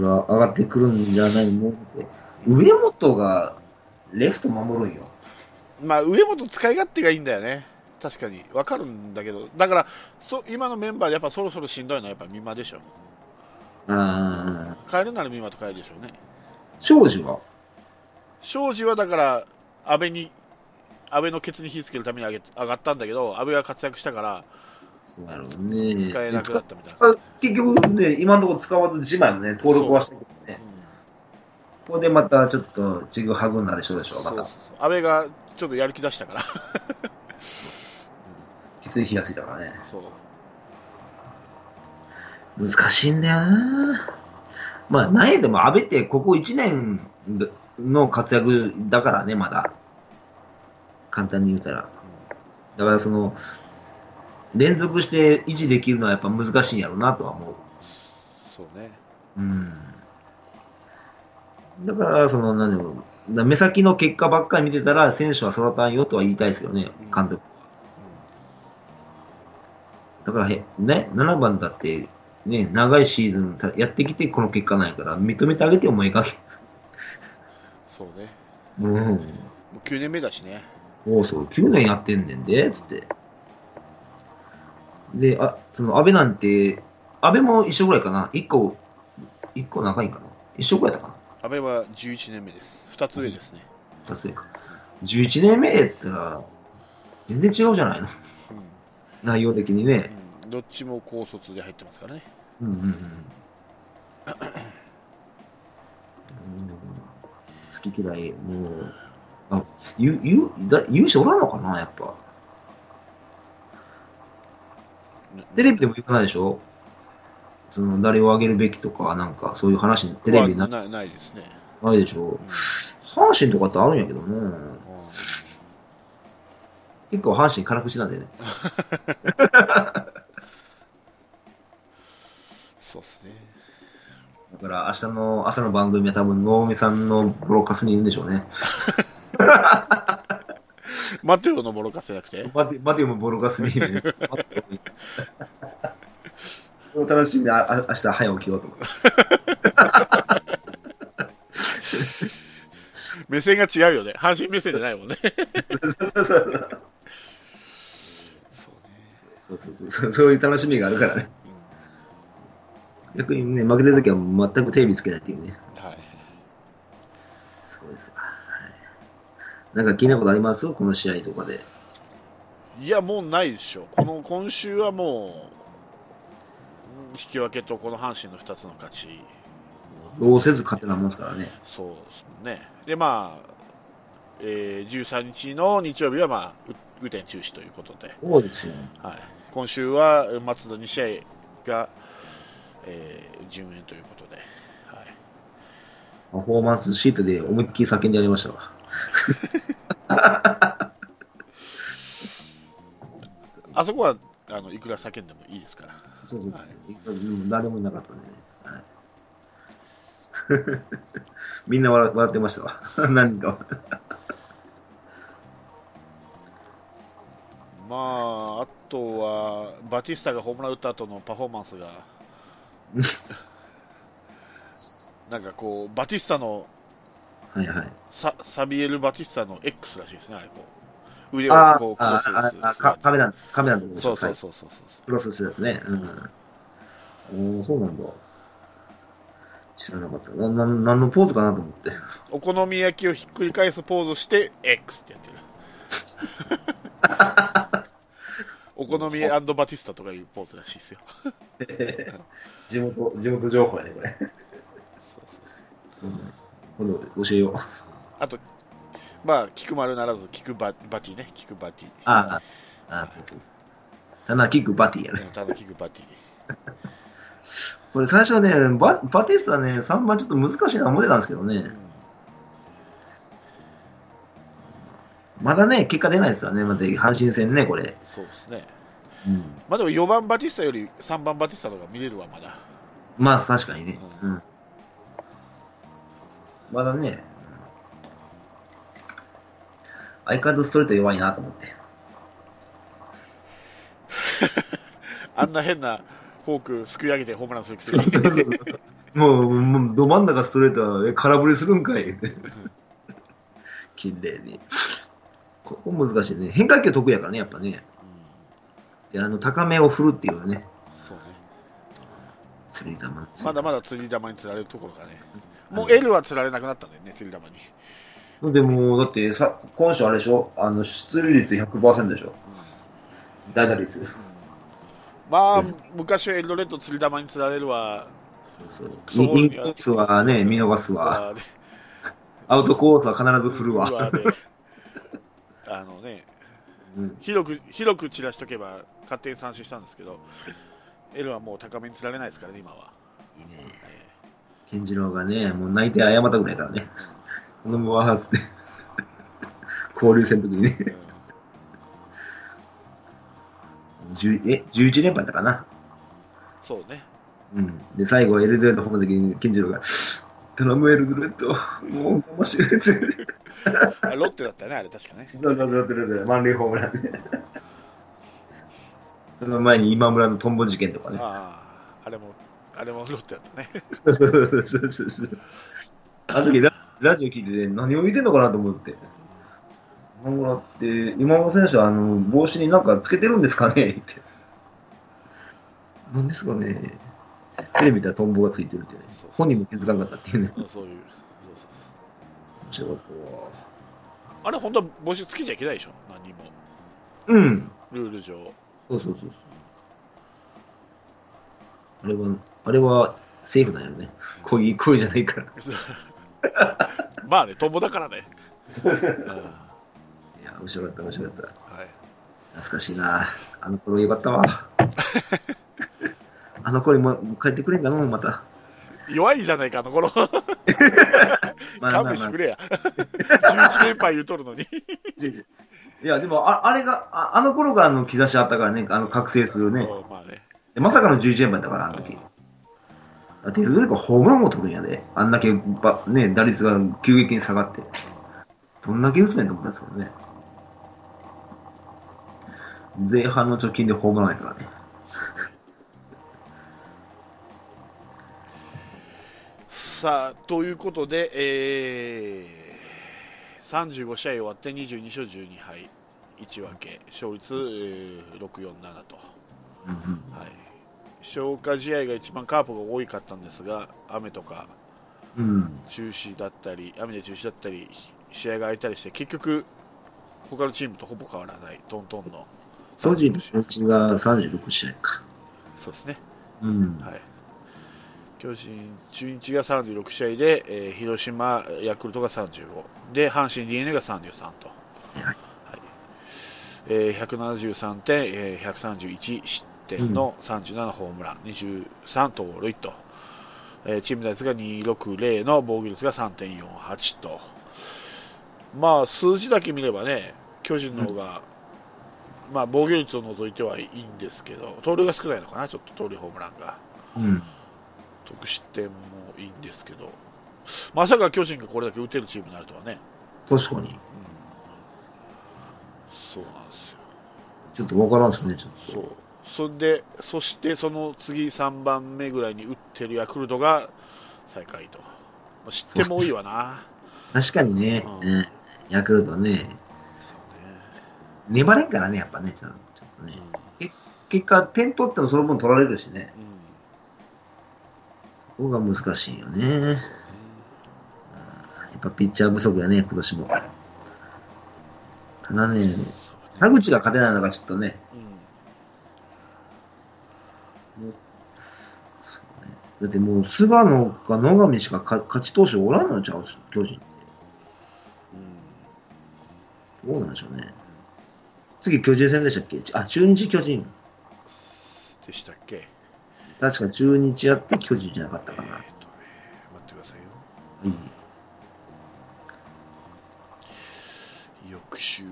上がってくるんじゃないの。上本がレフト守るんよ。 まあ上本使い勝手がいいんだよね。確かに分かるんだけど、だから今のメンバーでやっぱそろそろしんどいのはやっぱ美馬でしょ。 ああ、 変えるなら美馬と変えるでしょうね。 庄司は庄司はだから安倍のケツに火つけるために上がったんだけど、安倍が活躍したからそうやろうね。 使えなくなったみたいな。 結局ね、今のところ使わずじまいもね、登録はしてるけどね。 うん、 ここでまたちょっとちぐはぐになりそうでしょ、また。 安倍がちょっとやる気出したからきつい火がついたからね。 そう難しいんだよな。まあ、なんやでも安倍ってここ1年の活躍だからね、まだ。簡単に言うたら。だから連続して維持できるのはやっぱ難しいんやろうなとは思う。 そうね。 うん。だから、なんでも、目先の結果ばっかり見てたら、選手は育たんよとは言いたいですけどね、 うん、 監督。だからね、7番だって、ね、長いシーズンやってきてこの結果なんやから、認めてあげてもええかけ。 そうね。 うん。 もう9年目だしね。 そうそう、9年やってんねんで、つって。で、安倍なんて、安倍も一緒ぐらいかな。一個長いんかな。一緒ぐらいだか安倍は11年目です。2つな。 上ですね。 二つ上か。11年目やったら、全然違うじゃないの。内容的にね。 うん、どっちも高卒で入ってますからね。 うんうんうん。好き嫌い、もう、言う人おらんのかな、やっぱ。テレビでも言わないでしょ。誰をあげるべきとか、なんか、そういう話、テレビにないですね。 ないでしょ。阪神とかってあるんやけどね。結構阪神辛口なんでね。 そうですね。 だから明日の朝の番組は多分、能見さんのボロカスにいるんでしょうね。 マテオのボロカスじゃなくて、 待てよもボロカスにいるね。それを楽しみに明日早起きようと思って。 目線が違うよね。阪神目線じゃないもんね。 そういう楽しみがあるからね。逆にね、負けてるときは全く手見つけないっていうね。 はい。 そうですわ。はい、なんか気になることありますこの試合とかで。 いや、もうないでしょ。今週はもう、引き分けとこの阪神の2つの勝ち。 どうせず勝てなもんですからね。 そうですね。で、まあ、13日の日曜日は、まあ、雨天中止ということで、 そうですよ。 はい、今週は松田2試合が、順延ということで、はい、 パフォーマンスシートで思いっきり叫んでやりましたわ。 あそこはいくら叫んでもいいですから。 そうそう。 はい、 誰もいなかったんでね。はい、みんな笑ってましたわ。何か。 まあ、あとはバティスタがホームラン打った後のパフォーマンスがなんかこうバティスタのはいはい。 サビエル・バティスタの X らしいですね。あれこう腕をこうクロスするやつ。 カメラのとこでしょ、 そうそう最後。 そうそうそう。 クロスするやつね。うん。おー、そうなんだ。知らなかった。何のポーズかなと思って。 お好み焼きをひっくり返すポーズして X ってやってる。お好みバティスタとかいうポーズらしいですよ。 地元情報やね、これ。うん、今度教えよう。 あと、まあ、菊丸ならず、菊バティね、菊バティ。 そうそうそう。ただキックバティやね。 ただ菊バティ。 これ最初ね、バティスタね、3番ちょっと難しいな思ってたんですけどね。まだね、結果出ないですよね。また阪神戦ね、これ。 そうですね。 うん、 まあでも4番バティスタより3番バティスタとか見れるわ、まだ。 まあ確かにね。 うん、 まだね、相変わらずストレート弱いなと思って。 あんな変なフォークすくい上げてホームランするくせに。 そうそうそう。 もうど真ん中ストレートは空振りするんかい。綺麗に。ここ難しいね。変化球得意やからね、やっぱね。で、高めを振るっていうね。 そうね。 釣り玉。 まだまだ釣り玉に釣られるところがね。もう L は釣られなくなったんだよね、釣り玉に。 でも、だって今週あれでしょ出塁率100%でしょ。代打率。 まあ、昔はエルドレッド釣り玉に釣られるわ。 インコースはね、見逃すわ。アウトコースは必ず振るわ。 広く散らしとけば勝手に三振したんですけど、L はもう高めに釣られないですからね、今は。いいね。 健次郎がね、もう泣いて謝ったぐらいからね。このままつって。交流戦の時にね。11連敗だったかな。 そうね。 で、最後はエルドレッドホームの時に、健次郎が、頼むエルドレッド、もう面白いやつ。 ロッテだったね、あれ確かね。 ロッテ、満塁ホームランで。その前に今村のトンボ事件とかね。 あれもロッテだったね。 そう。あの時ラジオ聞いてて、何を見てんのかなと思って。今村って、今村選手は帽子になんかつけてるんですかねって。なんですかね。テレビではトンボがついてるってね。本人も気づかなかったっていうね。 そういう。面白かったわ。 あれ本当は帽子つけちゃいけないでしょ、何も。ルール上。 そう。あれはセーフなんやね。恋じゃないから。 まあね、トンボだからね。 いや、面白かった。はい、懐かしいな。あの頃よかったわ。あの頃も帰ってくれんかな、また。 弱いじゃないか、あの頃。勘弁してくれや。11連敗言うとるのに。 いや、でも、あれが、あの頃が兆しあったからね、覚醒するね。まさかの11連敗だから、あの時。だって、エルドレッドホームランも取るんやで。あんだけ、ね、打率が急激に下がって。どんだけ打つねんと思ったんですけどね。前半の貯金でホームランやからね。 さあ、ということで、35試合終わって22勝12敗、1分け、勝率、647と。消化試合が一番カープが多かったんですが、雨とか中止だったり、雨で中止だったり、試合が空いたりして、結局、他のチームとほぼ変わらない、トントンの。 巨人のうちが36試合か。 そうですね。巨人、中日が36試合で、広島、ヤクルトが35で、阪神 DNA が33と。173点、131失点の37ホームラン、23盗塁と、チーム打率が260の防御率が 3.48 と、まあ数字だけ見ればね、巨人の方が、まあ防御率を除いてはいいんですけど、盗塁が少ないのかな、ちょっと盗塁ホームランが、得失点もいいんですけど、まさか巨人がこれだけ打てるチームになるとはね。 確かに。 そうなんですよ。 ちょっとわからんですね、ちょっと。 そしてその次3番目ぐらいに打ってるヤクルトが最下位と。知っても多いわな。 確かにね、ヤクルトね。粘れんからね、やっぱね、ちょっとね。結果、点取ってもその分取られるしね。そこが難しいよね。やっぱピッチャー不足やね、今年も。ただね、田口が勝てないのがちょっとね。だってもう菅野か野上しか勝ち投手おらんのちゃう、巨人って。どうなんでしょうね。次巨人戦でしたっけ？中日巨人でしたっけ？ 確か中日やって巨人じゃなかったかな。 待ってくださいよ。翌週、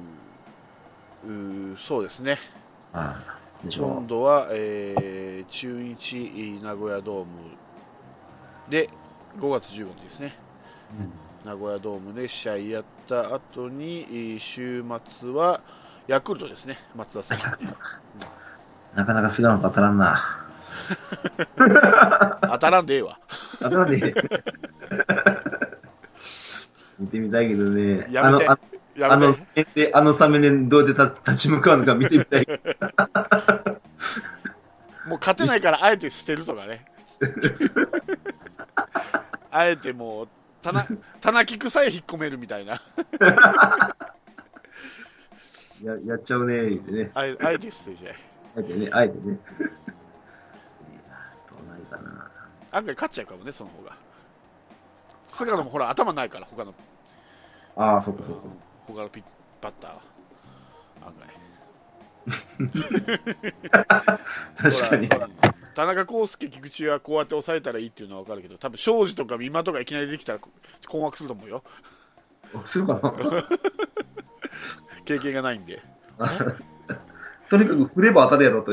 そうですね。今度は、中日名古屋ドームで5月15日ですね。名古屋ドームで試合やった後に週末はヤクルトですね、松田さん。 なかなか菅野と当たらんな。 当たらんでええわ。 あとね、見てみたいけどね、 やめて、やめて。 あのスタメンでどうやって立ち向かうのか見てみたい。 もう勝てないからあえて捨てるとかね。あえてもう、棚木さえ引っ込めるみたいな。 やっちゃうね、言ってね。 あえて捨てちゃえ。 あえてね、あえてね。いや、どうないかな。 案外勝っちゃうかもね、その方が。菅野もほら、頭ないから、他の、 ああ、そっかそっか。 他のバッターは。案確かに。 外。田中康介、菊池はこうやって抑えたらいいっていうのは分かるけど、多分庄司とか今とかいきなりできたら困惑すると思うよ。 するかな。 経験がないんで。 とにかく振れば当たるやろという。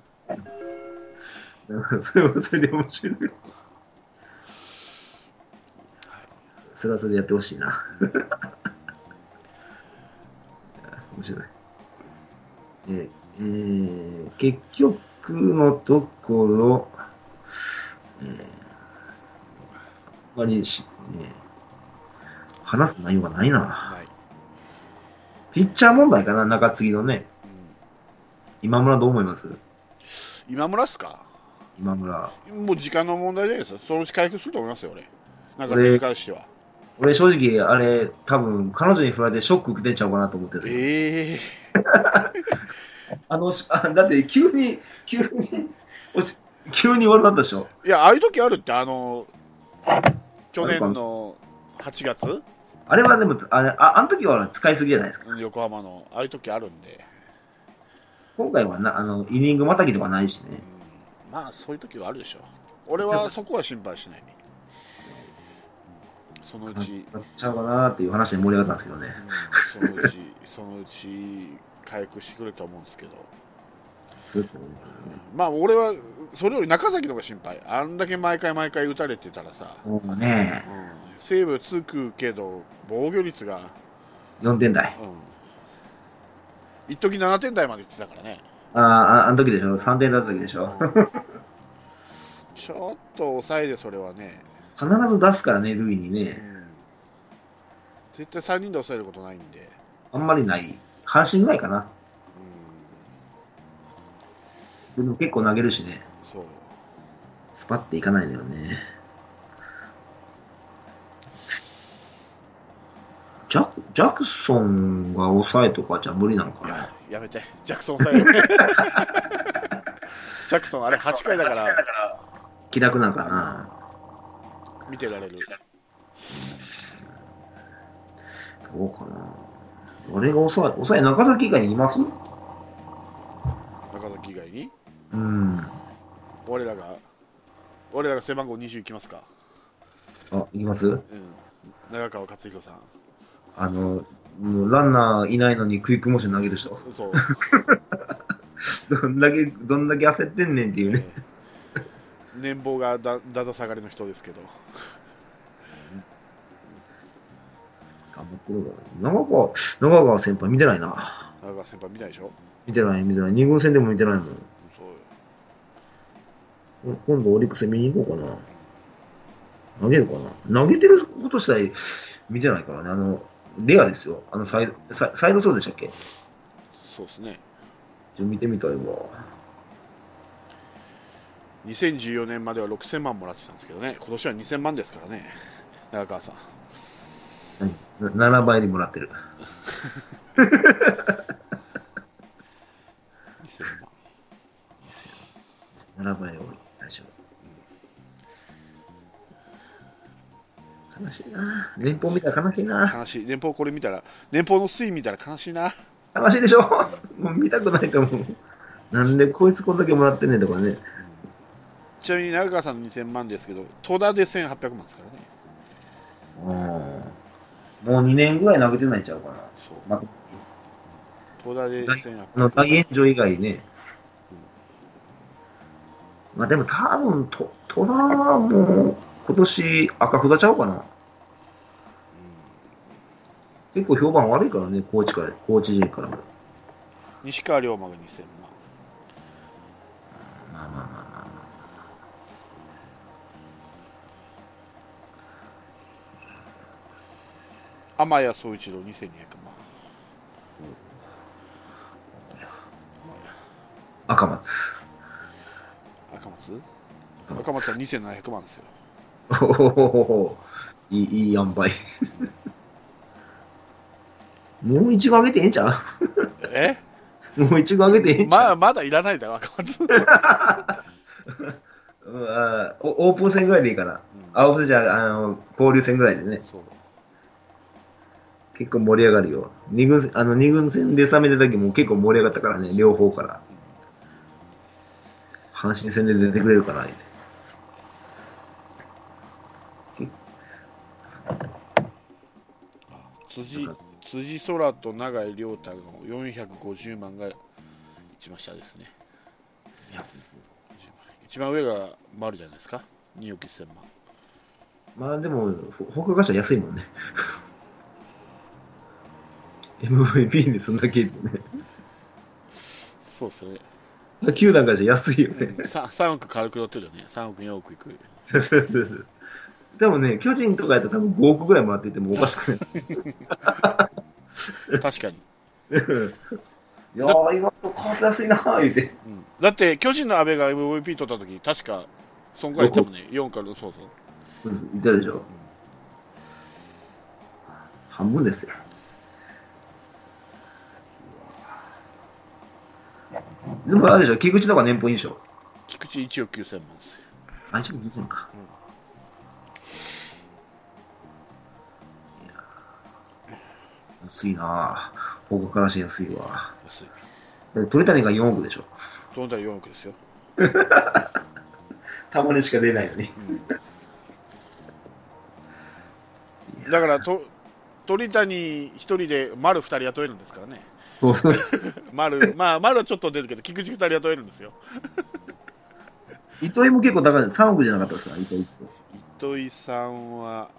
それはそれで面白い。それはそれでやってほしいな。面白い。結局のところ、あまり話す内容がないな。 ない。 ピッチャー問題かな、中継ぎのね。 うん、 今村どう思います？ 今村っすか？ 今村。 もう時間の問題じゃないですか。そのうち回復すると思いますよ、俺。中継ぎに関しては。 俺正直、あれ、多分、彼女に振られてショック受けてんちゃうかなと思ってるんですよ。 ええだって急に悪かったでしょ。 いや、ああいう時あるって、去年の8月あれはでも、あの時は使いすぎじゃないですか。 横浜の、ああいう時あるんで、 今回はイニングまたぎとかないしね。 まあ、そういう時はあるでしょう。俺はそこは心配しない。そのうち、 なっちゃうかなっていう話で盛り上がったんですけどね。 そのうち回復してくれると思うんですけど、 そういうことですよね。 まあ、俺はそれより中崎の方が心配。あんだけ毎回打たれてたらさ、 そうね。 セーブつくけど、防御率が、 4点台。 一時7点台までいってたからね。 あの時でしょ。3点だった時でしょ。 ちょっと抑えでそれはね、 必ず出すからね、塁にね。 絶対3人で抑えることないんで、 あんまりない。阪神ぐらいかな。でも結構投げるしね。 そう。 スパっていかないのよね。ジャクソンが抑えとかじゃ無理なのかな。 やめて、ジャクソン抑える。ジャクソン、あれ8回だから気楽なんかな。 見てられる。 そうかな。俺が抑え中崎以外にいます？ 中崎以外にうん。 俺らが背番号20いきますか？ あ、いきます？ 長川勝弘さん。 もうランナーいないのにクイックモーション投げる人。 そう。 どんだけ焦ってんねんっていうね。 年俸がだだ下がりの人ですけど。 頑張ってるから。長川先輩見てないな。 長川先輩見ないでしょ？ 見てない。2軍戦でも見てないもん。 そうよ。 今度オリックス見に行こうかな。投げるかな。投げてること自体見てないからね。レアですよ。サイドそうでしたっけ？ そうですね。 見てみたいわ。 2014年までは6000万もらってたんですけどね、今年は2000万ですからね、長川さん。 7倍にもらってる。 2000万。 7倍で大丈夫。悲しいな。年俸見たら悲しいな。 悲しい。年俸これ見たら、年俸の推移見たら悲しいな。 悲しいでしょ。もう見たくないと思う。なんでこいつこんだけもらってんねんとかね。 ちなみに長川さんの2000万ですけど、戸田で1800万ですからね。 もう2年ぐらい投げてないんちゃうかな。 そう。 ま戸田で1800万。 大炎上以外ね。まあでも多分、戸田も今年赤札ちゃうかな。結構評判悪いからね、コーチ陣からも。 西川龍馬が2000万。 まあ。 天谷総一郎2200万。 赤松。 赤松は2700万ですよ。 おお、いい塩梅。もう一個上げてええんちゃう？もう一個上げてええんちゃう？ まだいらないだろ、赤松。 オープン戦ぐらいでいいかな。オープン戦じゃ交流戦ぐらいでね。 そう結構盛り上がるよ。二軍戦で冷めた時も結構盛り上がったからね、両方から。阪神戦で出てくれるから、 辻空と永井亮太の450万が一番下ですね。一番上が丸じゃないですか、2億1000万。 まあでも、他が安いもんね。MVP でそんだけね。 そうですね。 球団からじゃ安いよね。 3億軽く乗ってるよね。3億、4億いく。 でもね、巨人とかやったら多分5億ぐらいもらっていてもおかしくない。 確かに。 いやー、今とカープ安いなー言うて。 だって巨人の阿部が MVP 取った時、確かそんぐらいいったもんね。4から、そう。 いたでしょ。半分ですよ。でもあれでしょ、菊池とか年俸いいでしょ。 菊池1億9000万ですよ。 あ、1億2000か。安いなぁ。他からして安いわ。 安い。 鳥谷が4億でしょ。 鳥谷4億ですよ。 たまにしか出ないのに。 だから鳥谷1人で丸2人雇えるんですからね。 そう丸はちょっと出るけど、菊池2人雇えるんですよ。 糸井も結構高い、3億じゃなかったですか、糸井さんは、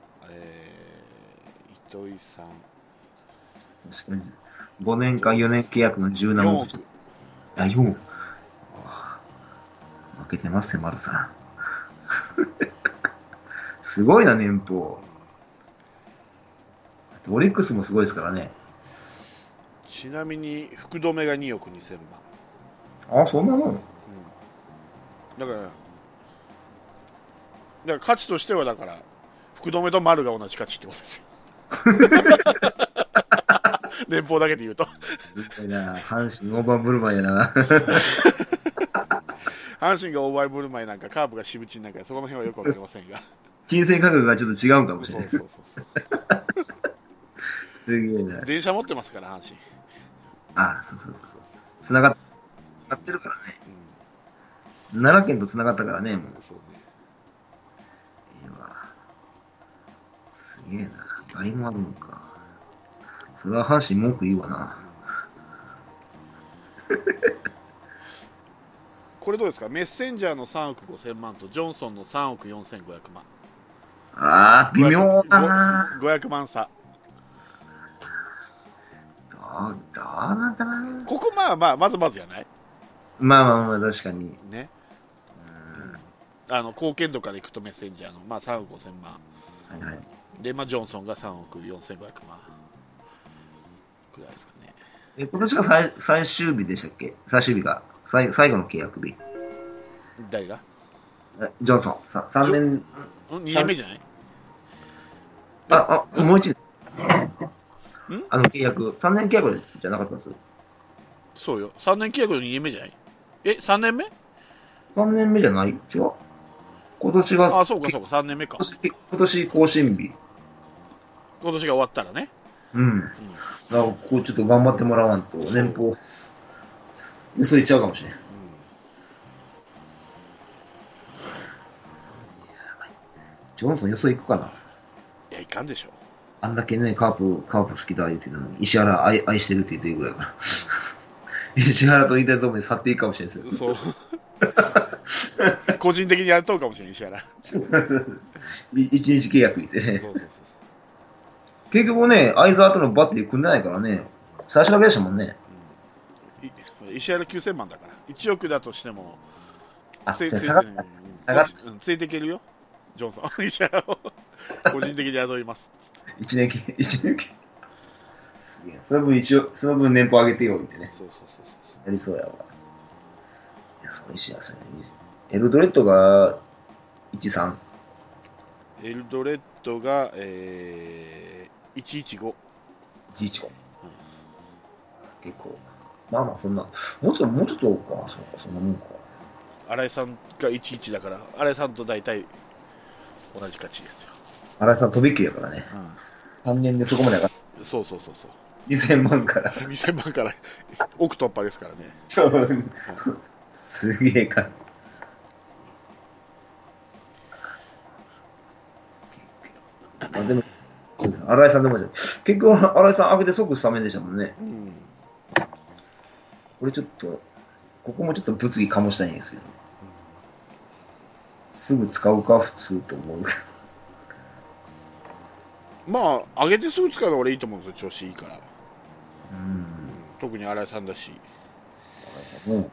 糸井さん。 確かに。5年間、4年契約の17億。4億。負けてますよ、丸さん。すごいな、年俸。オリックスもすごいですからね。 ちなみに福留が2億2000万。 あ、そんなもん。 だから価値としては、だから福留と丸が同じ価値ってことですよ。年俸だけで言うと。 すごいな、阪神オーバーブルマンやな。 阪神がオーバーブルマンなんか、カープが渋地なんか、そこの辺はよくわかりませんが。 金銭価格がちょっと違うんかもしれない。 そう。 すげえな。 電車持ってますから、阪神。 あ、そう。つながってるからね。奈良県とつながったからね、もう。そうね。いいわ。すげえな。倍もあるのか。それは阪神文句言うわな。 これどうですか？メッセンジャーの3億5000万とジョンソンの3億4500万。 ああ、微妙だな。 500万差。 どうなんかな。 ここまずじゃない？ まあ、確かに。 ね。貢献度からいくとメッセンジャーの、3億5000万。 はい。 で、ジョンソンが3億4500万。くらいですかね。 今年が最終日でしたっけ？最終日が。最後の契約日。 誰が？ ジョンソン。3年。 2年目じゃない？ もう一年。契約。3年契約じゃなかったんです。 そうよ。3年契約の2年目じゃない？3年目？ 3 年目じゃない？違う？今年が。 そうか、3年目か。 今年更新日。 今年が終わったらね。 だからこうちょっと頑張ってもらわんと、年俸、嘘言っちゃうかもしれん。ジョンソンよそ行くかな。 いや、いかんでしょ。 あんだけね、カープ好きだ言ってたのに、石原愛してるって言ってるぐらいから。石原と言いたいところに去っていいかもしれないですよ。そう。 個人的にやっとうかもしれない、石原。 一日契約言ってね。結局ね、相沢とのバッテリー組んでないからね、最初だけでしたもんね。 石原9000万だから、1億だとしても、 ついていけるよ、ジョンソン。石原を個人的に雇います。 一年期、一年期。すげえ。その分一応、その分年俸上げてよ、ってね。 そうそうやりそうやわ。いや、そういしや、それね。エルドレッドが13。 エルドレッドが、115、 115。結構。まあまあ、そんな。もうちょっとか。そうか、そんなもんか。 新井さんが11だから、新井さんと大体同じ勝ちですよ。 新井さん、飛び級やからね。3年でそこまで上がっそうそうそうそう。 た。2000万から。 2000万から億突破ですからね。 そう。すげえか。あ、でも、新井さんでも結局、新井さん上げて即スタメンでしたもんね。 うん。 これちょっと、ここもちょっと物議醸したいんですけど。すぐ使うか、普通と思う。 まあ、上げてすぐ使うのは俺いいと思うんですよ、調子いいから。 うん。 特に新井さんだし。 新井さんも、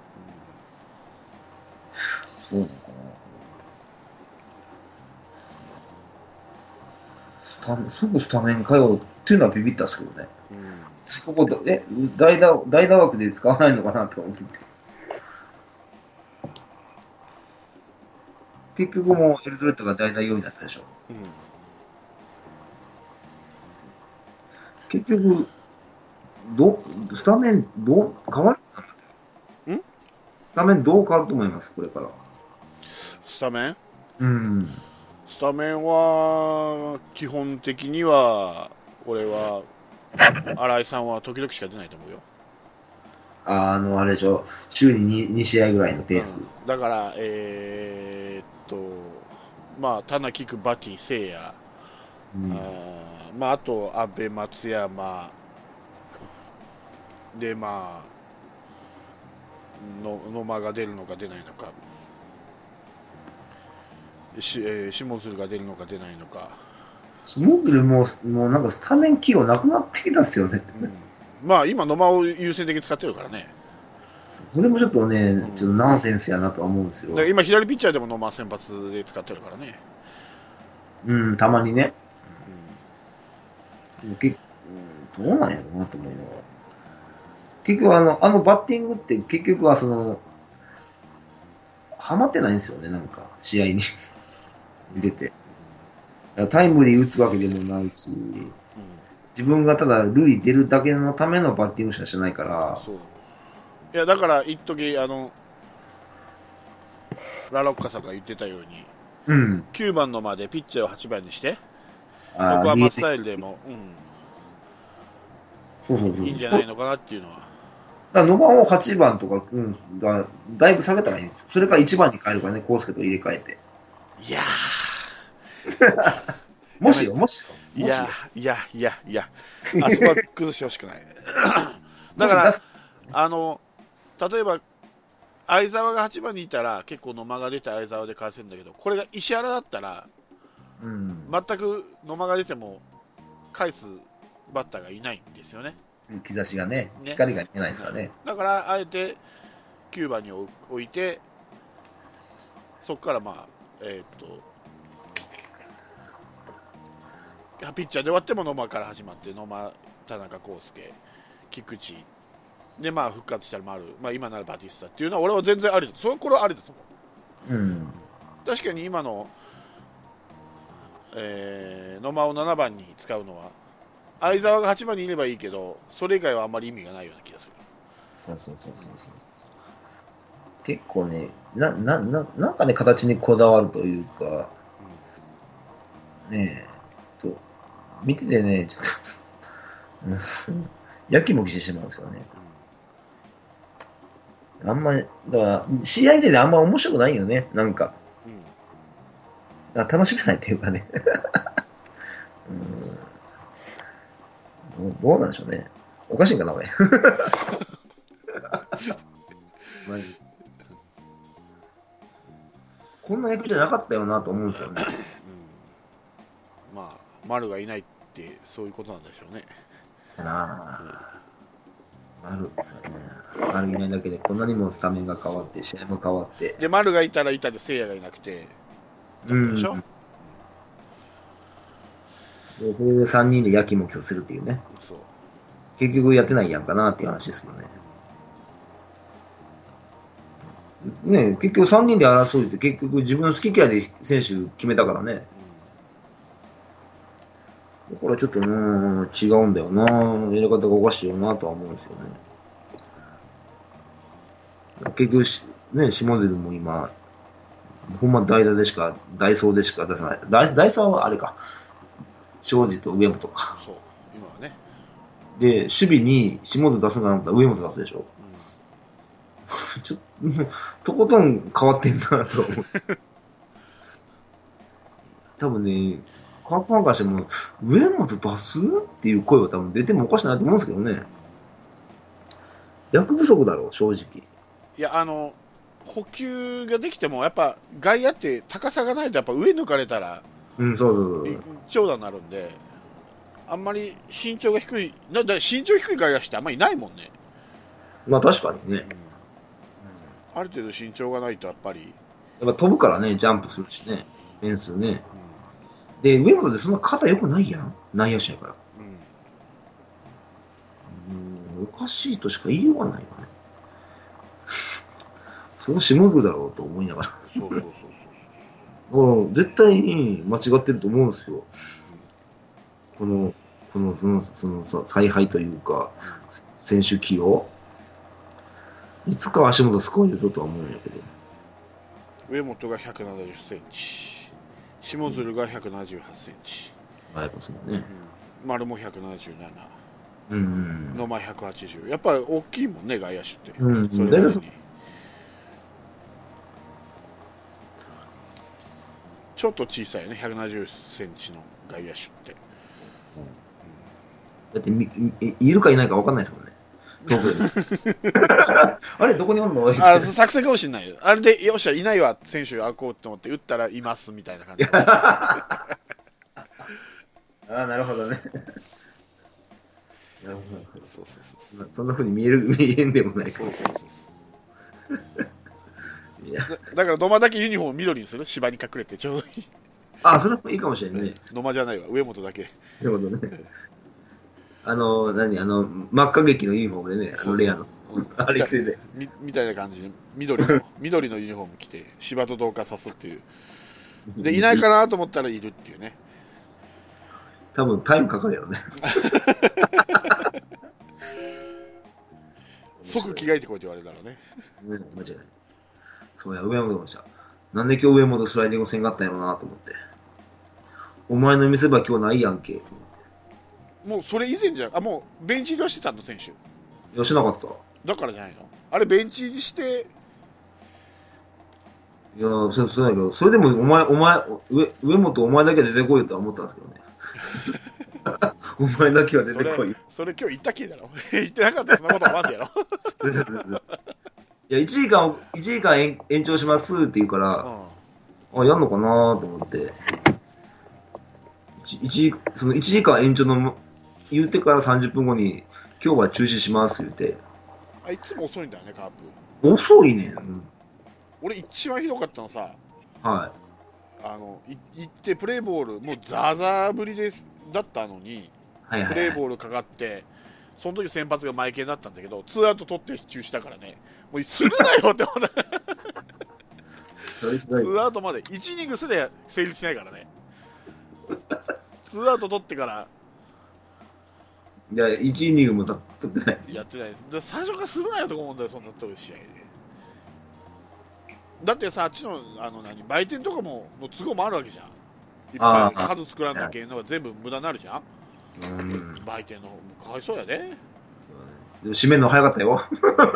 そうなのかな。即スタメンかよっていうのはビビったんですけどね。 うん。 ここだ、代打枠で使わないのかなと思って。結局もうエルドレッドが代打用になったでしょ。 う結局、スタメン、変わるかな。 んスタメンどう変わると思います、これから。 スタメンうん。 スタメンは、基本的には、俺は、新井さんは時々しか出ないと思うよ。 あれでしょ、週に 2試合ぐらいのペース。 だから、まあ、田中君、バティ、聖也、 うん、 まあ、あと、阿部、松山、で、まあ、野間が出るのか出ないのか、下鶴が出るのか出ないのか。 下鶴もなんかスタメン起用なくなってきたっすよね。 まあ、今、野間を優先的に使ってるからね。 それもちょっとね、ちょっとナンセンスやなとは思うんですよ。 だから今、左ピッチャーでも野間先発で使ってるからね。 うん、たまにね。どうなんやろうなと思いながら。結局あのバッティングって結局はハマってないんですよね、なんか、試合に出て。タイムリー打つわけでもないし、自分がただ塁出るだけのためのバッティングしかしてないから。 そう。いや、だから、一時ラロッカさんが言ってたように、 うん。 9番のまでピッチャーを8番にして、 ああ、 横浜スタイルでも、 そうそうそう。 いいんじゃないのかなっていうのは。 野間を8番とか、だいぶ下げたらいいんですよ。それから1番に変えるからね、康介と入れ替えて。 いやもしよ。 いや、あそこは崩してほしくない。だから、例えば、相澤が8番にいたら、結構野間が出て相澤で返せるんだけど、これが石原だったら、全く野間が出ても返すバッターがいないんですよね。 兆しがね、光が見えないですからね。 だから、あえて9番に置いて、そこからピッチャーで終わっても野間から始まって、野間、田中康介、菊池で、復活したら丸、今ならバティスタっていうのは俺は全然ありだ、これはありだと思う。確かに今の、野間を7番に使うのは相澤が8番にいればいいけど、それ以外はあんまり意味がないような気がする。 そう。結構ね、なんかね、形にこだわるというか、ねえ、見ててね、ちょっとやきもきしてしまうんですよね。あんまり、だから、試合であんま面白くないよね、なんか。楽しめないっていうかね。どうなんでしょうね。おかしいんかな、俺。マジこんな役じゃなかったよなと思うんですよね。 丸がいないってそういうことなんでしょうね。 丸ですよね。丸いないだけでこんなにもスタメンが変わって、試合も変わって。 で、丸がいたらいたで聖夜がいなくて、でしょ。 で、それで3人でやきもきとするっていうね。 そう。 結局やってないやんかなっていう話ですもんね。ね、結局3人で争うって結局自分の好き嫌いで選手決めたからね。だからちょっと違うんだよな。やり方がおかしいよなとは思うんですよね。結局ね、下鶴も今、ほんま代打でしか、ダイソーでしか出さない。ダイソーはあれか。庄司と上本か。 そう、今はね。 で、守備に下津出すんかなと思ったら上本出すでしょ。ちょっと、とことん変わってんなと思う。多分ね、カープファンからしても、上本出すっていう声は多分出てもおかしくないと思うんですけどね。役不足だろう、正直。 いや、補給ができても、やっぱ外野って高さがないと、やっぱ上抜かれたら、 うん、そうそうそう。 長打になるんで、あんまり身長が低い、身長低い外野手ってあんまりいないもんね。 まあ確かにね。 ある程度身長がないと、やっぱり。 やっぱ飛ぶからね、ジャンプするしね。フェンスね。で、上本でそんな肩良くないやん。内野手やから。おかしいとしか言いようがないよね。その下津だろうと思いながら。 そうそうそう絶対に間違ってると思うんですよ。そのさ、采配というか、選手起用。いつか足元すごいぞとは思うんやけど。 上本が170センチ、下鶴が178センチ、 やっぱそうね。 丸も177、野間180、やっぱり大きいもんね、外野手って。それなりにちょっと小さいよね、170センチの外野手って。 だっているかいないか分かんないですもんね。遠くであれ、どこにおんの作戦かもしれないよ。あれで、よっしゃ、いないわ、選手、あこうって思って、打ったらいますみたいな感じ。 ああ、なるほどね。なるほど。そうそうそう。そんな風に見えんでもないから。 だから野間だけユニフォーム緑にする、芝に隠れてちょうどいい。 あ、それもいいかもしれんね。 野間じゃないわ、上本だけ。 上本ね。真っ赤劇のユニフォームでね、レアの。あれ着てて。 みたいな感じで、緑のユニフォーム着て、芝と同化さすっていう。で、いないかなと思ったらいるっていうね。 多分タイムかかるよね。 即着替えてこいって言われるだろうね。 間違いない。そうや、上本でした。なんで今日上本スライディングせんかったんやろうなと思って。お前の見せ場今日ないやんけ。 もうそれ以前じゃん。もうベンチ入りはしてたの、選手。 いや、しなかった。 だからじゃないの。あれベンチ入りして。 いや、そうだけど、それでも上本お前だけ出てこいよとは思ったんですけどね。お前だけは出てこい。 それ今日言ったっけだろ。言ってなかったらそんなこと思わんでやろ。 いや、1時間延長しますって言うから、やんのかなと思って。その1時間延長の言ってから30分後に、今日は中止します言って。 いつも遅いんだよね、カープ。遅いねん。 俺一番ひどかったのさ、 はい。 行ってプレーボール、もうザーザーぶりだったのに、プレーボールかかって、その時先発がマイケンだったんだけど、2アウト取って中止したからね、もうするなよって思った。2アウトまで、1イニングすで成立しないからね。2アウト取ってから。 いや、1イニングも取ってない。 やってない。最初からするなよと思うんだよ、そんなと試合で。だってさ、あっちの売店とかもの都合もあるわけじゃん。いっぱい数作らなきゃいけないのが全部無駄になるじゃん。売店の方かわいそうやで。 締めるの早かったよ。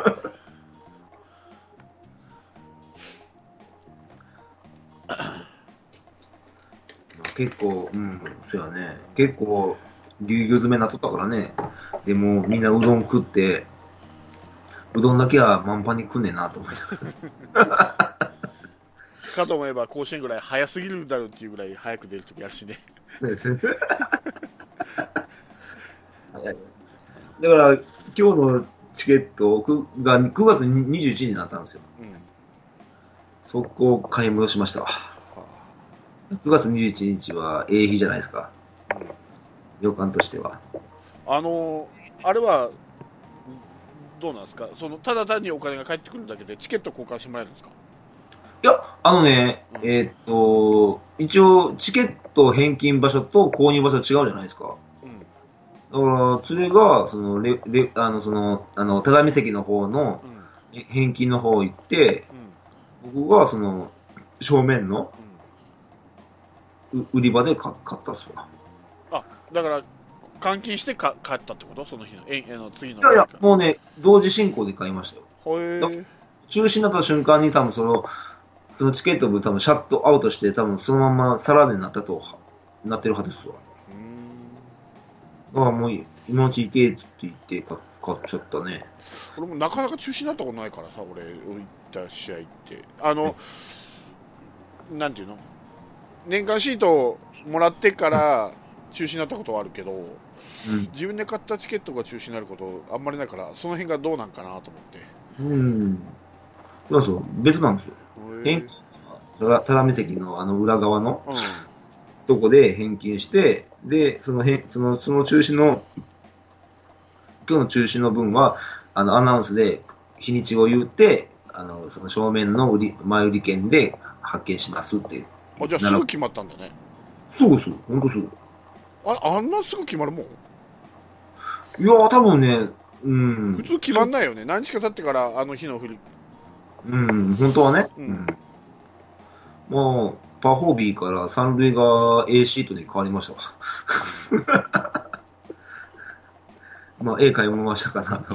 結構、そうやね。結構、ぎゅうぎゅう詰めになっとったからね。でも、みんなうどん食って、うどんだけは満帆に食んねえなと思いながら。 かと思えば、甲子園ぐらい早すぎるだろうっていうぐらい早く出るときあるしね。 だから、今日のチケットが9月21日になったんですよ。そこを買い戻しましたわ。9月21日はええ日じゃないですか。 予感としては。 あれはどうなんですか、ただ単にお金が返ってくるだけでチケット交換してもらえるんですか？ いや、一応、チケット返金場所と購入場所違うじゃないですか。 うん。 だから、それが、只見席の方のうん。 返金の方行って、僕が、正面の売り場で買ったっすわ。 あ、だから換金して帰ったってこと？その日の次のいやいや、 日か。 もうね、同時進行で買いましたよ。 ほえー。 中止になった瞬間に多分そのチケット分多分シャットアウトして多分そのままサラでなってるはずですわ。だからもう今のうち行けって言って買っちゃったね。 俺もなかなか中止になったことないからさ、俺行った試合ってなんていうの、年間シートをもらってから中止になったことはあるけど、 うん。 自分で買ったチケットが中止になることあんまりないから、その辺がどうなんかなと思って。 うん。そうそう、別なんですよ。返金は、只見席の裏側のうん。 とこで返金して、で、その中止の、今日の中止の分は、アナウンスで日にちを言って、その正面の前売り券で発券しますってじゃあすぐ決まったんだね。 すぐすぐ、ほんとすぐ。 あんなすぐ決まるもん？ いやー、多分ね、うん。 普通決まんないよね。何日か経ってからあの日の振り。 うん、本当はね。 うん。 うん。もう、パフォービーから三塁が A シートに変わりましたわ。まあ、絵買い物はしたかなと。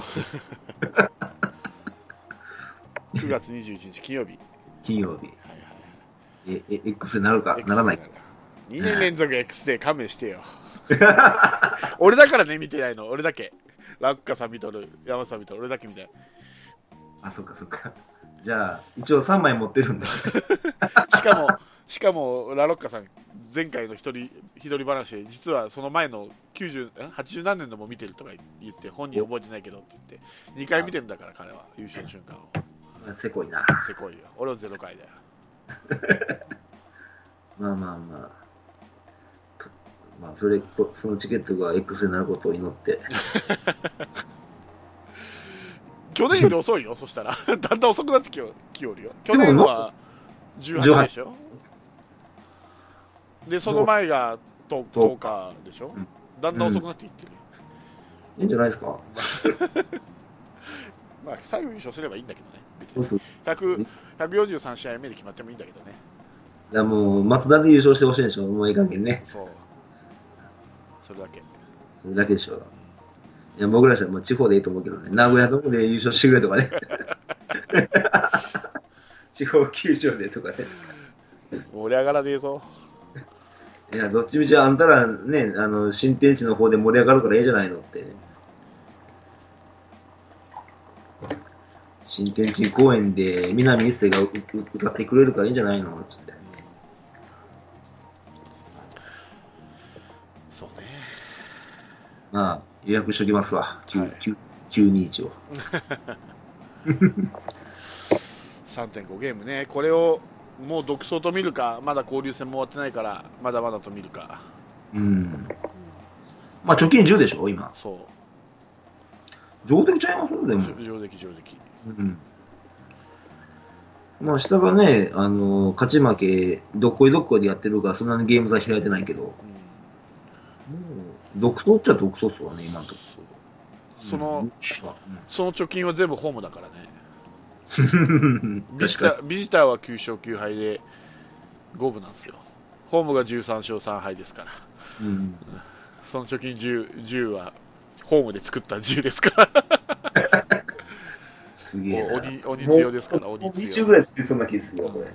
9月21日金曜日。 金曜日。 はいはい。 X になるか、ならないか。 2年連続 X で勘弁してよ。俺だからね、見てないの。俺だけ。ラッカさん見とる、山さん見とる、俺だけ見てない。 あ、そっかそっか。じゃあ、一応3枚持ってるんだ。 しかもラロッカさん、前回の一人話で、実はその前の80何年のも見てるとか言って、本人覚えてないけどって言って、2回見てるんだから、彼は、優勝の瞬間を。 せこいな。 せこいよ。俺は0回だよ。 まあまあまあ。まあ、そのチケットが X になることを祈って。 去年より遅いよ、そしたら。だんだん遅くなってきよるよ。去年は18でしょ。で、その前が10日でしょ。だんだん遅くなっていってるよ。 いいんじゃないですか。 まあ、最後優勝すればいいんだけどね。 そうそう 143試合目で決まってもいいんだけどね。 いやもう、松田で優勝してほしいでしょ。もういい加減ね。 そう。それだけ。 それだけでしょ。いや、僕らしたらもう地方でいいと思うけどね。名古屋ドームで優勝してくれとかね。地方球場でとかね。 盛り上がらねえぞ。 いや、どっちみちあんたらね、新天地の方で盛り上がるからいいじゃないのって。新天地公園で南一世が歌ってくれるからいいんじゃないのつって。 そうね。 まあ、予約しときますわ。921を。 3.5 ゲームね。これをもう独走と見るか、まだ交流戦も終わってないから、まだまだと見るか。 まあ、貯金10でしょ、今。 そう。 上出来ちゃいますでも。 上出来。 まあ、下がね、勝ち負け、どっこいどっこいでやってるから、そんなにゲーム差開いてないけど、もう、独走っちゃ独走っすわね、今のところ。 その貯金は全部ホームだからね。ビジターは9勝9敗で五分なんですよ。ホームが13勝3敗ですから。その貯金 10はホームで作った10ですから。 すげえな。 鬼強ですから。鬼強。 20ぐらい作りそうな気するわ、これ。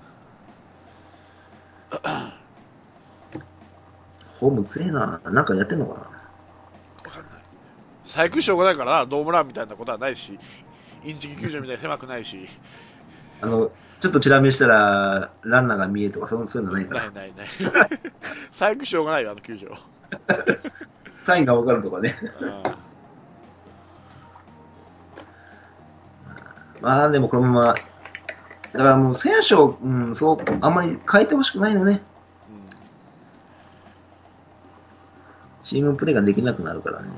ホーム強えな。なんかやってんのかな。わかんない。最悪しょうがないからな。ドームランみたいなことはないし、インチキ球場みたいに狭くないし。 ちょっとチラ見したらランナーが見えとかそういうのないから。 ない。最悪しょうがないよ、あの球場。 サインが分かるとかね。まあでもこのまま、だからもう選手を、そう、あんまり変えてほしくないのね。 チームプレーができなくなるからね。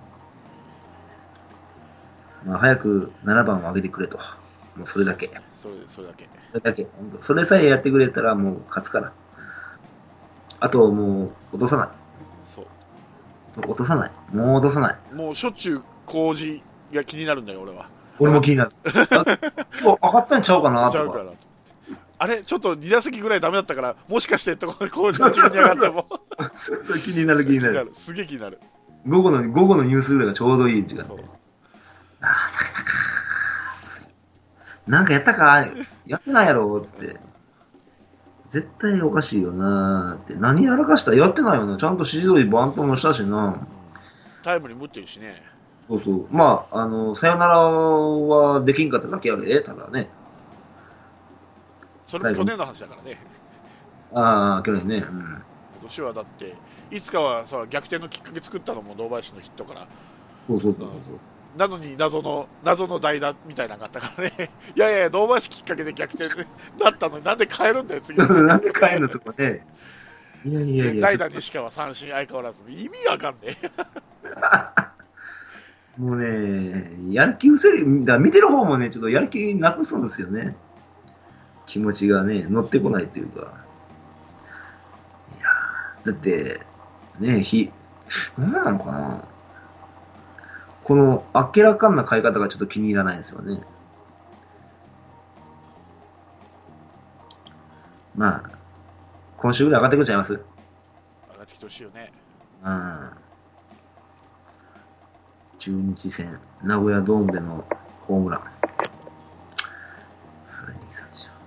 まあ、早く7番を上げてくれと。もうそれだけ。 それだけ。 それだけ。本当それさえやってくれたらもう勝つから。あともう落とさない。そう。落とさない。もう落とさない。 もうしょっちゅう工事が気になるんだよ、俺は。 俺も気になる。今日上がったんちゃうかなとか。 ちゃうから。あれちょっと2打席ぐらいダメだったから、もしかしてって工事が自分に上がっても。 それ気になる気になる。 すげえ気になる。 午後のニュースがちょうどいい時間で。ああ、さやか。なんかやったかやってないやろつって。絶対おかしいよなーって。何やらかしたやってないよな。ちゃんと指示通りバントもしたしな。 タイムに持ってるしね。 そうそう。まあ、さよならはできんかっただけやで、ただね。 それも去年の話だからね。 ああ、去年ね。うん。 今年はだって、いつかは逆転のきっかけ作ったのも堂林のヒットから。 そうそうそうそう。 なのに謎の代打みたいなのがあったからね。いやいや、堂林きっかけで逆転だったのになんで変えるんだよ、次。 なんで変えるのとかね。いやいやいや。 代打にしかは三振相変わらず。意味わかんねえ。 もうね、やる気失せる、だ見てる方もね、ちょっとやる気なくすんですよね。気持ちがね、乗ってこないというか。いやだって、ね、なんなのかな。このあっけらかんな買い方がちょっと気に入らないんですよね。まあ、今週ぐらい上がってくるんちゃいます？ 上がってきてほしいよね。 うん。中日戦、名古屋ドームでのホームラン。それに関しては。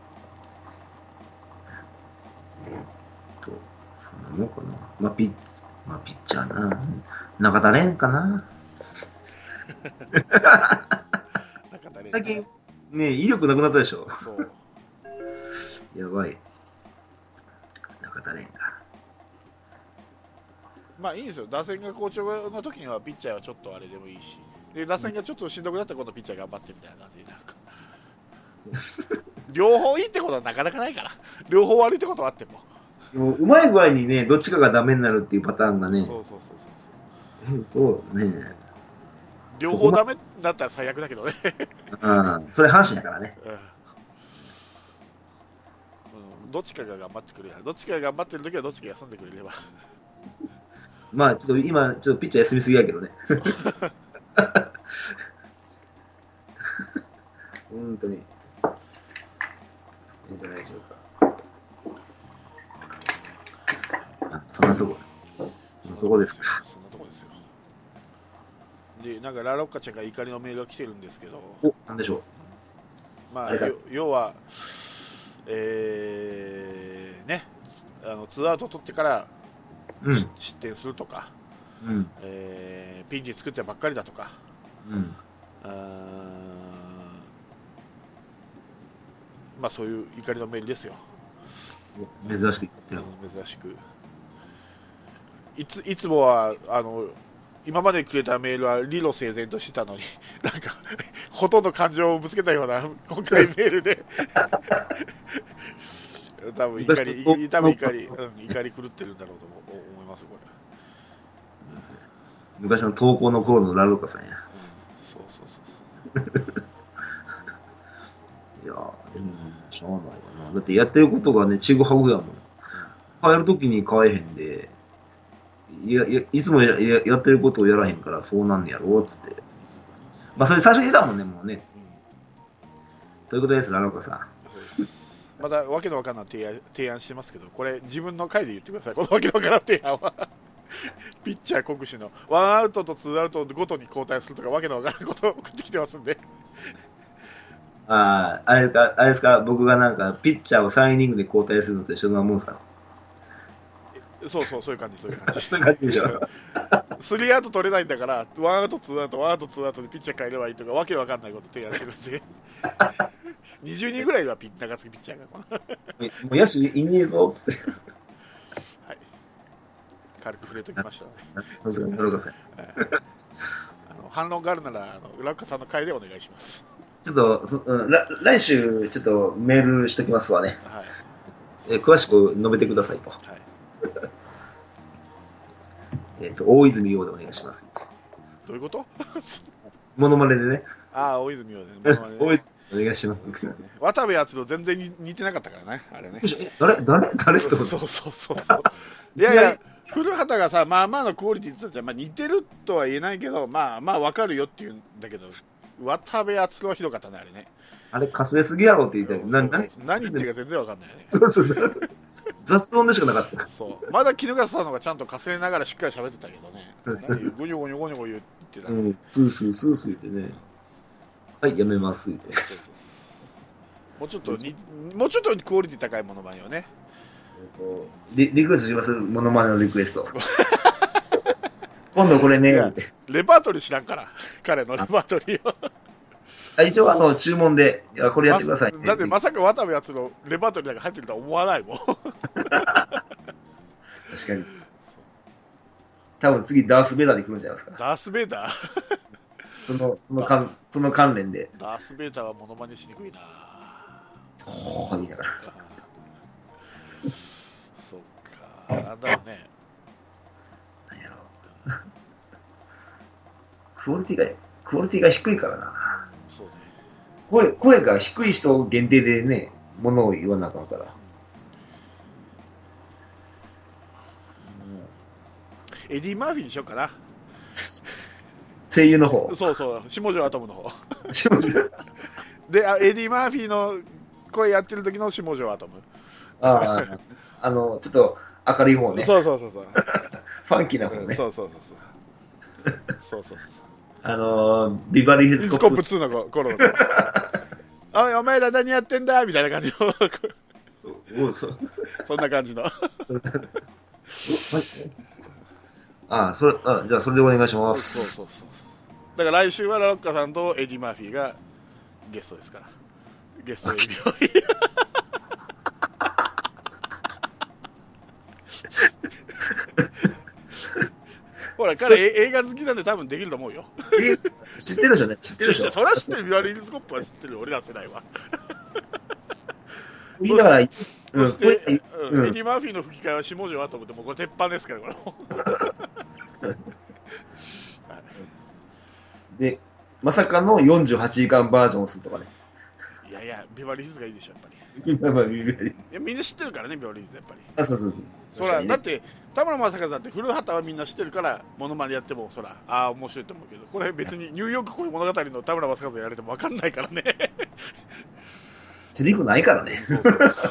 そんなもんかな。まあ、ピッチャーな。中田蓮かな。最近、ね、威力なくなったでしょ。 そう。 やばい。中田蓮か。 まあいいんですよ。打線が好調の時にはピッチャーはちょっとあれでもいいし。で、打線がちょっとしんどくなったら今度ピッチャー頑張ってみたいな感じになるか。両方いいってことはなかなかないから。両方悪いってことはあっても。 もうまい具合にね、どっちかがダメになるっていうパターンがね。そうね。 両方ダメだったら最悪だけどね。 うん。それ阪神だからね。 どっちかが頑張ってくれる。どっちかが頑張ってるときはどっちか休んでくれれば。 まあ、ちょっと今、ちょっとピッチャー休みすぎやけどね。本当に。いいんじゃないでしょうか。そんなとこですか。 そんなとこですよ。で、なんかラロッカちゃんが怒りのメールが来てるんですけど。 なんでしょう。 まあ、要は、ね、ツーアウト取ってから、失点するとか、ピンチ作ってばっかりだとか、まあそういう怒りのメールですよ。 珍しく言ってる。 珍しく。いつもは今までくれたメールは理路整然としてたのに、なんかほとんど感情をぶつけたような今回メールで多分怒り狂ってるんだろうと思いますよこれ。 昔の投稿の頃のラロカさんや。そういやでもしゃあないよな。だってやってることがね、ちぐはぐやもん。変えるときに変えへんで、いつもやってることをやらへんからそうなんねやろうっつって。まあそれ最初に言ったもんね、もうね。ということです、ラロカさん。 まだわけのわからん提案してますけど、これ自分の回で言ってください。このわけのわからん提案はピッチャー国士のワンアウトとツーアウトごとに交代するとかわけのわからんことを送ってきてますんで。 あれですか、僕がなんかピッチャーを3イニングで交代するのと一緒なもんですか。 そういう感じ。 そういう感じでしょ。 3アウト取れないんだから、ワンアウト、ツーアウト、ワンアウト、ツーアウトでピッチャー変えればいいとか、わけわかんないこと提案してるんで、20人ぐらいは長継ぎピッチャーが。 もう野手いねえぞっつって。 はい。軽く触れときましたね。 さすがにラロカさん。 反論があるなら、ラロカさんの回でお願いします。 ちょっと、来週、ちょっとメールしときますわね。 はい。 詳しく述べてくださいと。 はい。 大泉洋でお願いします。 どういうこと？ モノマネでね。 ああ、大泉洋で、ね。 大泉洋お願いします。 渡部篤郎全然似てなかったからね、あれね。 誰ってこと？ そう。いや、古畑がさ、まあまあのクオリティって言ったら、まあ、似てるとは言えないけど、まあまあわかるよっていうんだけど、渡部篤郎はひどかったね、あれね。 あれ、かすれすぎやろって言ったら、 何言ってるか全然わかんないよね。 そう。雑音でしかなかった。 そう。まだ衣笠さんの方がちゃんとかすれながらしっかり喋ってたけどね。ゴニョゴニョ言ってた。 スースー言ってね。はい、やめますって。 もうちょっとクオリティ高いものまねをね。 リクエストします？モノマネのリクエスト。今度これね。 レパートリー知らんから、彼のレパートリーを。 一応注文で、これやってください、 だってまさか渡部篤郎レパートリーなんか入ってるとは思わないもん。確かに。多分次ダース・ベイダーで来るんじゃないですか。 ダース・ベイダーその関連で。 ダース・ベイダーはモノマネしにくいな。 そう言いながら。 そっか、なんだろうね。 何やろう。クオリティが低いからな。そうね。声が低い人限定でね、ものを言わなあかんから。 エディ・マーフィーにしようかな。 声優の方。 そう、下條アトムの方。 下條。 で、エディ・マーフィーの声やってる時の下條アトム。 ちょっと明るい方ね。 そう。 ファンキーな方ね。 そう。 ビバリーヒルズコップ2の頃の。お前ら何やってんだみたいな感じの。そんな感じの。 じゃあそれでお願いします。 そう。だから来週はラロッカさんとエディ・マーフィーがゲストですから。ゲストエディ・マーフィー。ほら、彼映画好きなんで多分できると思うよ。 知ってるでしょね。知ってるでしょ。 そりゃ知ってる。ビバリーヒルズコップは知ってる。俺ら世代は。 だから、エディ・マーフィーの吹き替えは下條アトムでもこれ鉄板ですから、これ。 で、まさかの48時間バージョンをするとかね。 いや、ビバリーヒルズがいいでしょ、やっぱり。みんな知ってるからね、ビバリーヒルズ、やっぱり。 そう。 そら、だって、田村正和だって古畑はみんな知ってるから、モノマネやっても、そら、面白いと思うけど、これ別にニューヨーク恋物語の田村正和やられても分かんないからね。 セリフないからね。 そう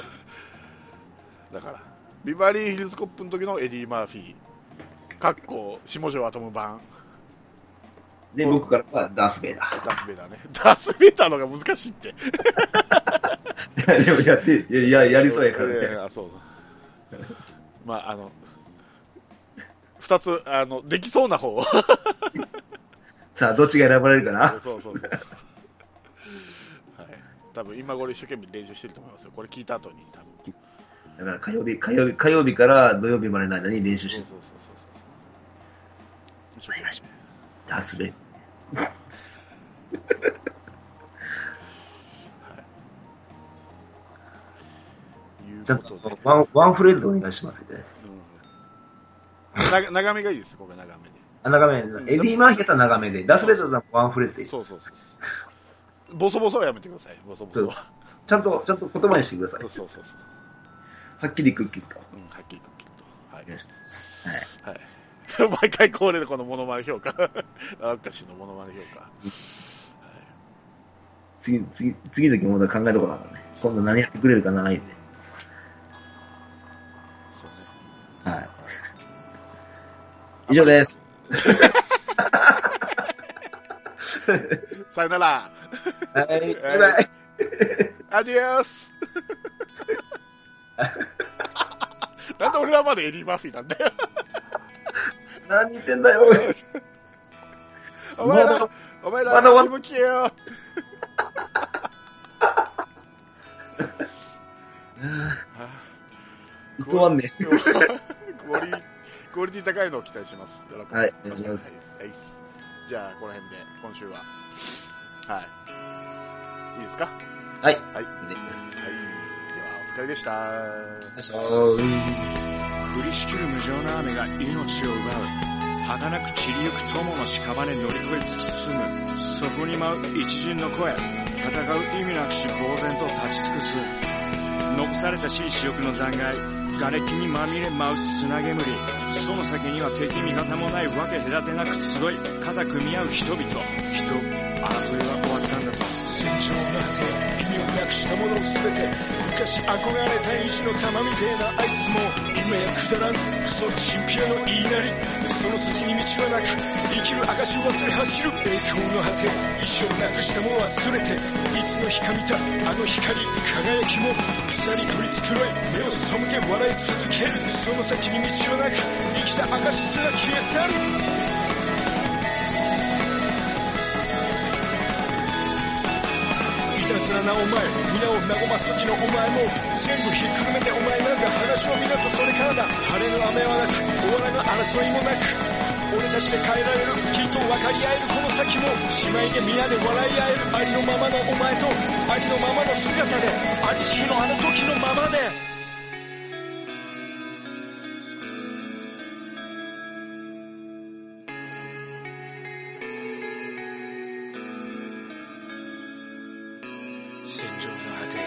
だから、ビバリーヒルズコップの時のエディ・マーフィー、かっこ下條アトム版。 で、僕からはダース・ベイダー。 ダース・ベイダーね。ダース・ベイダーの方が難しいって。 でもやりそうやからね。 そう。まあ、2つ、できそうな方を。 さあ、どっちが選ばれるかな。 そう。はい。多分今頃一生懸命練習してると思いますよ。これ聞いた後に多分。 だから火曜日から土曜日までの間に練習してる。 そう。 お願いします。ダース・ベイダー。ちゃんとワンフレーズでお願いしますね。 長めがいいです、ここが長めで。 長め。エディ・マーフィーやったら長めで、ダース・ベイダーはワンフレーズでいいです。 そう。ボソボソはやめてください、ボソボソは。 ちゃんと言葉にしてください。 そう。 はっきりくっきりと。 はっきりくっきりと。はい。 お願いします。はい。 毎回恒例のこのモノマネ評価。ラッカシのモノマネ評価。 次の時もまだ考えとこうなんだね。今度何やってくれるかな、って。はい。以上です。 さよなら。 はい、バイバイ。 アディオス。なんで俺らまでエディ・マーフィーなんだよ。 何言ってんだよ。 お前ら足向きよ。 いつ終わんねん。 クオリティ高いのを期待します。 はい、お願いします。 はい。じゃあ、この辺で、今週は。はい。いいですか？ はい。 はい。 いいです。 はい。では、お疲れでした。 よいしょ。 降りしきる無情な雨が命を奪う。 儚く散りゆく友の屍乗り越え突き進む。そこに舞う一陣の声、戦う意味なくし呆然と立ち尽くす。残された私利私欲の残骸、瓦礫にまみれ舞う砂煙。その先には敵味方もないわけ隔てなく集い肩組み合う人々。争いは終わったんだと。戦場の果て、意味をなくしたもの全て、昔憧れた意地の玉みてえなあいつも今やくだらんクソチンピラの言いなり。その筋に道はなく生きる証を忘れ走る。栄光の果て、意志をなくしたもの忘れて、いつの日か見たあの光輝きも草に取り繕い目を背け笑い続ける。その先に道はなく生きた証すら消え去る。いたずらなお前、皆を和ます時のお前も全部ひっくるめてお前なんだ。話を見なとそれからだ。晴れの雨はなく終わらぬ争いもなく、俺たちで変えられる、きっと分かり合えるこの先も。姉妹で皆で笑い合える、ありのままのお前とありのままの姿で、ありし日のあの時のままで。戦場の果て、